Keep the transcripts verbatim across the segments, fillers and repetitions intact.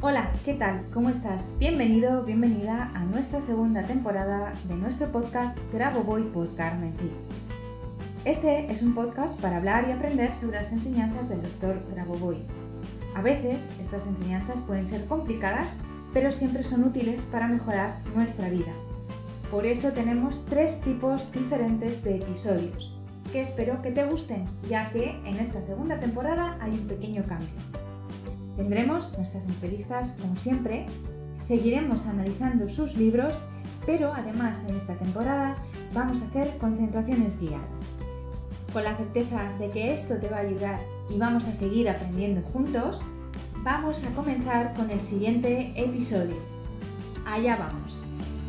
Hola, ¿qué tal? ¿Cómo estás? Bienvenido, bienvenida a nuestra segunda temporada de nuestro podcast Grabovoi por Carmen Cid. Este es un podcast para hablar y aprender sobre las enseñanzas del doctor Grabovoi. A veces estas enseñanzas pueden ser complicadas, pero siempre son útiles para mejorar nuestra vida. Por eso tenemos tres tipos diferentes de episodios, que espero que te gusten, ya que en esta segunda temporada hay un pequeño cambio. Tendremos nuestras entrevistas como siempre, seguiremos analizando sus libros, pero además en esta temporada vamos a hacer concentraciones guiadas. Con la certeza de que esto te va a ayudar y vamos a seguir aprendiendo juntos, vamos a comenzar con el siguiente episodio. Allá vamos.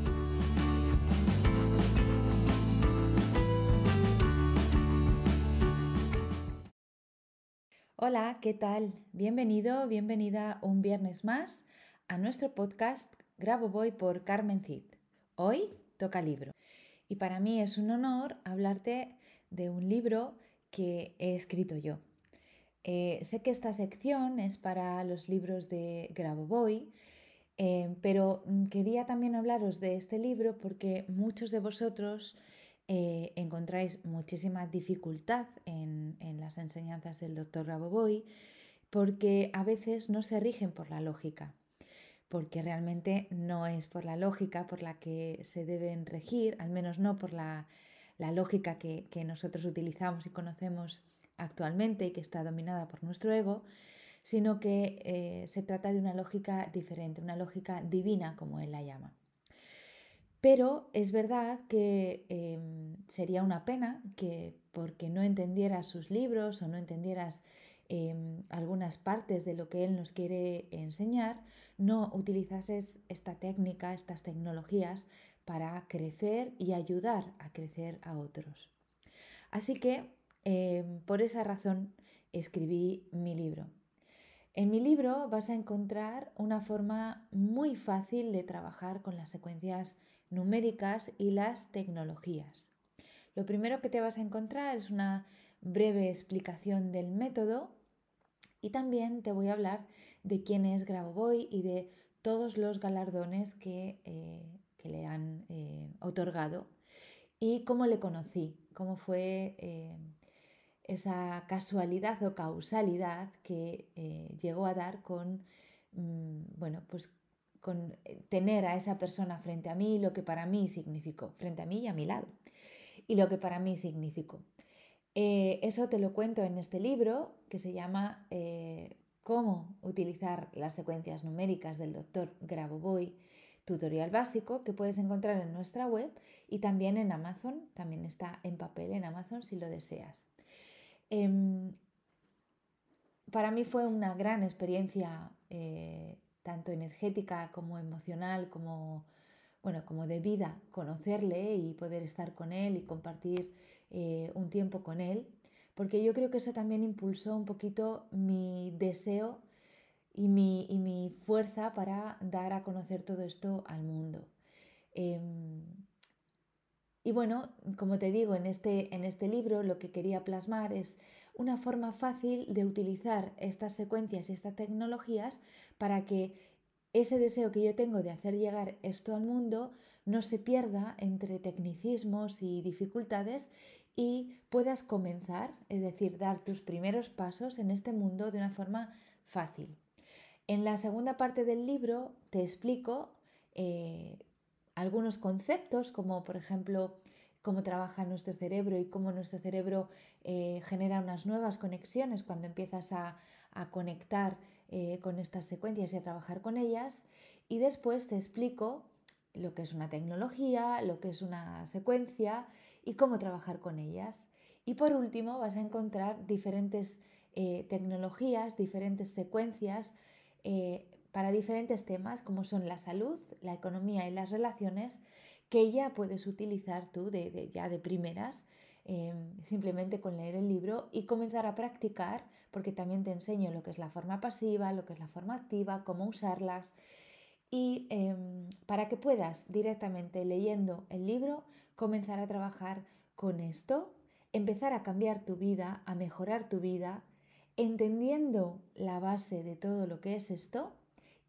Hola, ¿qué tal? Bienvenido, bienvenida un viernes más a nuestro podcast Grabovoi por Carmen Cid. Hoy toca libro y para mí es un honor hablarte de un libro que he escrito yo. Eh, sé que esta sección es para los libros de Grabovoi, eh, pero quería también hablaros de este libro porque muchos de vosotros Eh, encontráis muchísima dificultad en, en las enseñanzas del doctor Grabovoi porque a veces no se rigen por la lógica, porque realmente no es por la lógica por la que se deben regir, al menos no por la, la lógica que, que nosotros utilizamos y conocemos actualmente y que está dominada por nuestro ego, sino que eh, se trata de una lógica diferente, una lógica divina, como él la llama. Pero es verdad que eh, sería una pena que porque no entendieras sus libros o no entendieras eh, algunas partes de lo que él nos quiere enseñar, no utilizases esta técnica, estas tecnologías para crecer y ayudar a crecer a otros. Así que eh, por esa razón escribí mi libro. En mi libro vas a encontrar una forma muy fácil de trabajar con las secuencias numéricas y las tecnologías. Lo primero que te vas a encontrar es una breve explicación del método y también te voy a hablar de quién es Grabovoi y de todos los galardones que, eh, que le han eh, otorgado y cómo le conocí, cómo fue eh, esa casualidad o causalidad que eh, llegó a dar con, mmm, bueno, pues con tener a esa persona frente a mí, lo que para mí significó, frente a mí y a mi lado, y lo que para mí significó. Eh, eso te lo cuento en este libro que se llama eh, Cómo utilizar las secuencias numéricas del doctor Grabovoi, tutorial básico que puedes encontrar en nuestra web y también en Amazon, también está en papel en Amazon si lo deseas. Eh, para mí fue una gran experiencia, eh, tanto energética como emocional, como, bueno, como de vida, conocerle y poder estar con él y compartir eh, un tiempo con él, porque yo creo que eso también impulsó un poquito mi deseo y mi, y mi fuerza para dar a conocer todo esto al mundo. Eh, Y bueno, como te digo, en este, en este libro lo que quería plasmar es una forma fácil de utilizar estas secuencias y estas tecnologías para que ese deseo que yo tengo de hacer llegar esto al mundo no se pierda entre tecnicismos y dificultades y puedas comenzar, es decir, dar tus primeros pasos en este mundo de una forma fácil. En la segunda parte del libro te explico eh, algunos conceptos, como por ejemplo cómo trabaja nuestro cerebro y cómo nuestro cerebro eh, genera unas nuevas conexiones cuando empiezas a, a conectar eh, con estas secuencias y a trabajar con ellas. Y después te explico lo que es una tecnología, lo que es una secuencia y cómo trabajar con ellas. Y por último vas a encontrar diferentes eh, tecnologías, diferentes secuencias eh, para diferentes temas como son la salud, la economía y las relaciones, que ya puedes utilizar tú de, de, ya de primeras, eh, simplemente con leer el libro y comenzar a practicar, porque también te enseño lo que es la forma pasiva, lo que es la forma activa, cómo usarlas, y eh, para que puedas directamente leyendo el libro comenzar a trabajar con esto, empezar a cambiar tu vida, a mejorar tu vida, entendiendo la base de todo lo que es esto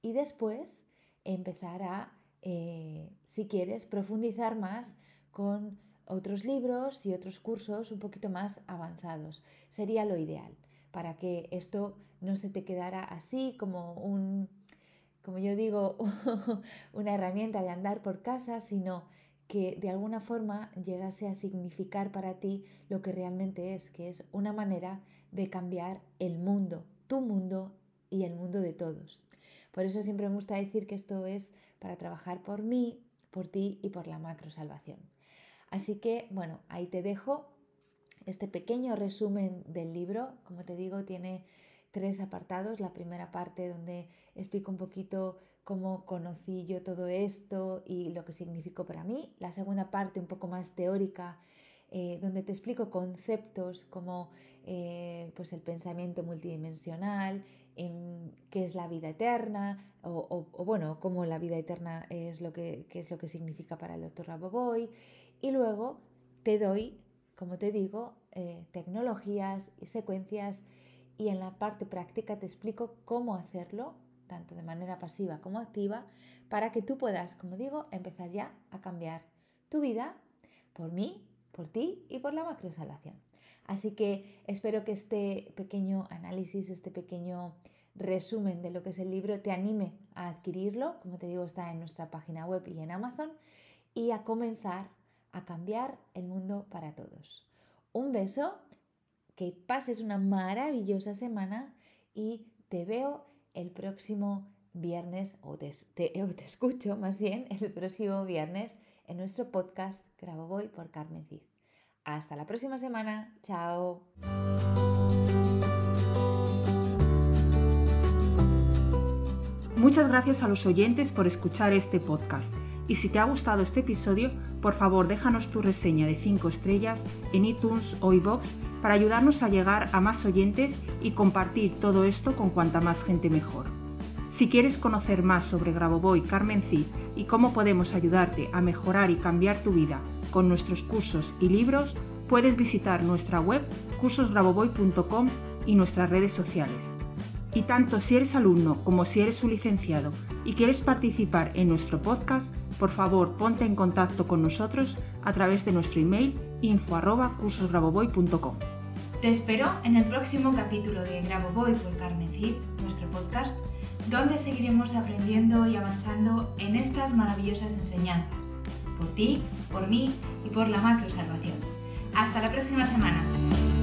y después empezar a, eh, si quieres, profundizar más con otros libros y otros cursos un poquito más avanzados. Sería lo ideal para que esto no se te quedara así como un, como yo digo, una herramienta de andar por casa, sino que de alguna forma llegase a significar para ti lo que realmente es, que es una manera de cambiar el mundo, tu mundo y el mundo de todos. Por eso siempre me gusta decir que esto es para trabajar por mí, por ti y por la macro salvación. Así que, bueno, ahí te dejo este pequeño resumen del libro. Como te digo, tiene tres apartados. La primera parte donde explico un poquito cómo conocí yo todo esto y lo que significó para mí. La segunda parte un poco más teórica, eh, donde te explico conceptos como eh, pues el pensamiento multidimensional, eh, qué es la vida eterna o, o, o bueno, cómo la vida eterna es lo que, qué es lo que significa para el doctor Grabovoi. Y luego te doy, como te digo, eh, tecnologías y secuencias, y en la parte práctica te explico cómo hacerlo, tanto de manera pasiva como activa, para que tú puedas, como digo, empezar ya a cambiar tu vida por mí, por ti y por la macrosalvación. Así que espero que este pequeño análisis, este pequeño resumen de lo que es el libro te anime a adquirirlo. Como te digo, está en nuestra página web y en Amazon, y a comenzar a cambiar el mundo para todos. Un beso, que pases una maravillosa semana y te veo el próximo viernes, o te, te, o te escucho más bien el próximo viernes en nuestro podcast Grabovoi por Carmen Cid. Hasta la próxima semana. Chao. Muchas gracias a los oyentes por escuchar este podcast. Y si te ha gustado este episodio, por favor déjanos tu reseña de cinco estrellas en iTunes o iVoox para ayudarnos a llegar a más oyentes y compartir todo esto con cuanta más gente mejor. Si quieres conocer más sobre Grabovoi Carmen Cid y cómo podemos ayudarte a mejorar y cambiar tu vida con nuestros cursos y libros, puedes visitar nuestra web cursos grabovoi punto com y nuestras redes sociales. Y tanto si eres alumno como si eres un licenciado y quieres participar en nuestro podcast, por favor ponte en contacto con nosotros a través de nuestro email info arroba cursos grabovoi punto com. Te espero en el próximo capítulo de Grabovoi por Carmen Cid, nuestro podcast, donde seguiremos aprendiendo y avanzando en estas maravillosas enseñanzas, por ti, por mí y por la macro salvación. Hasta la próxima semana.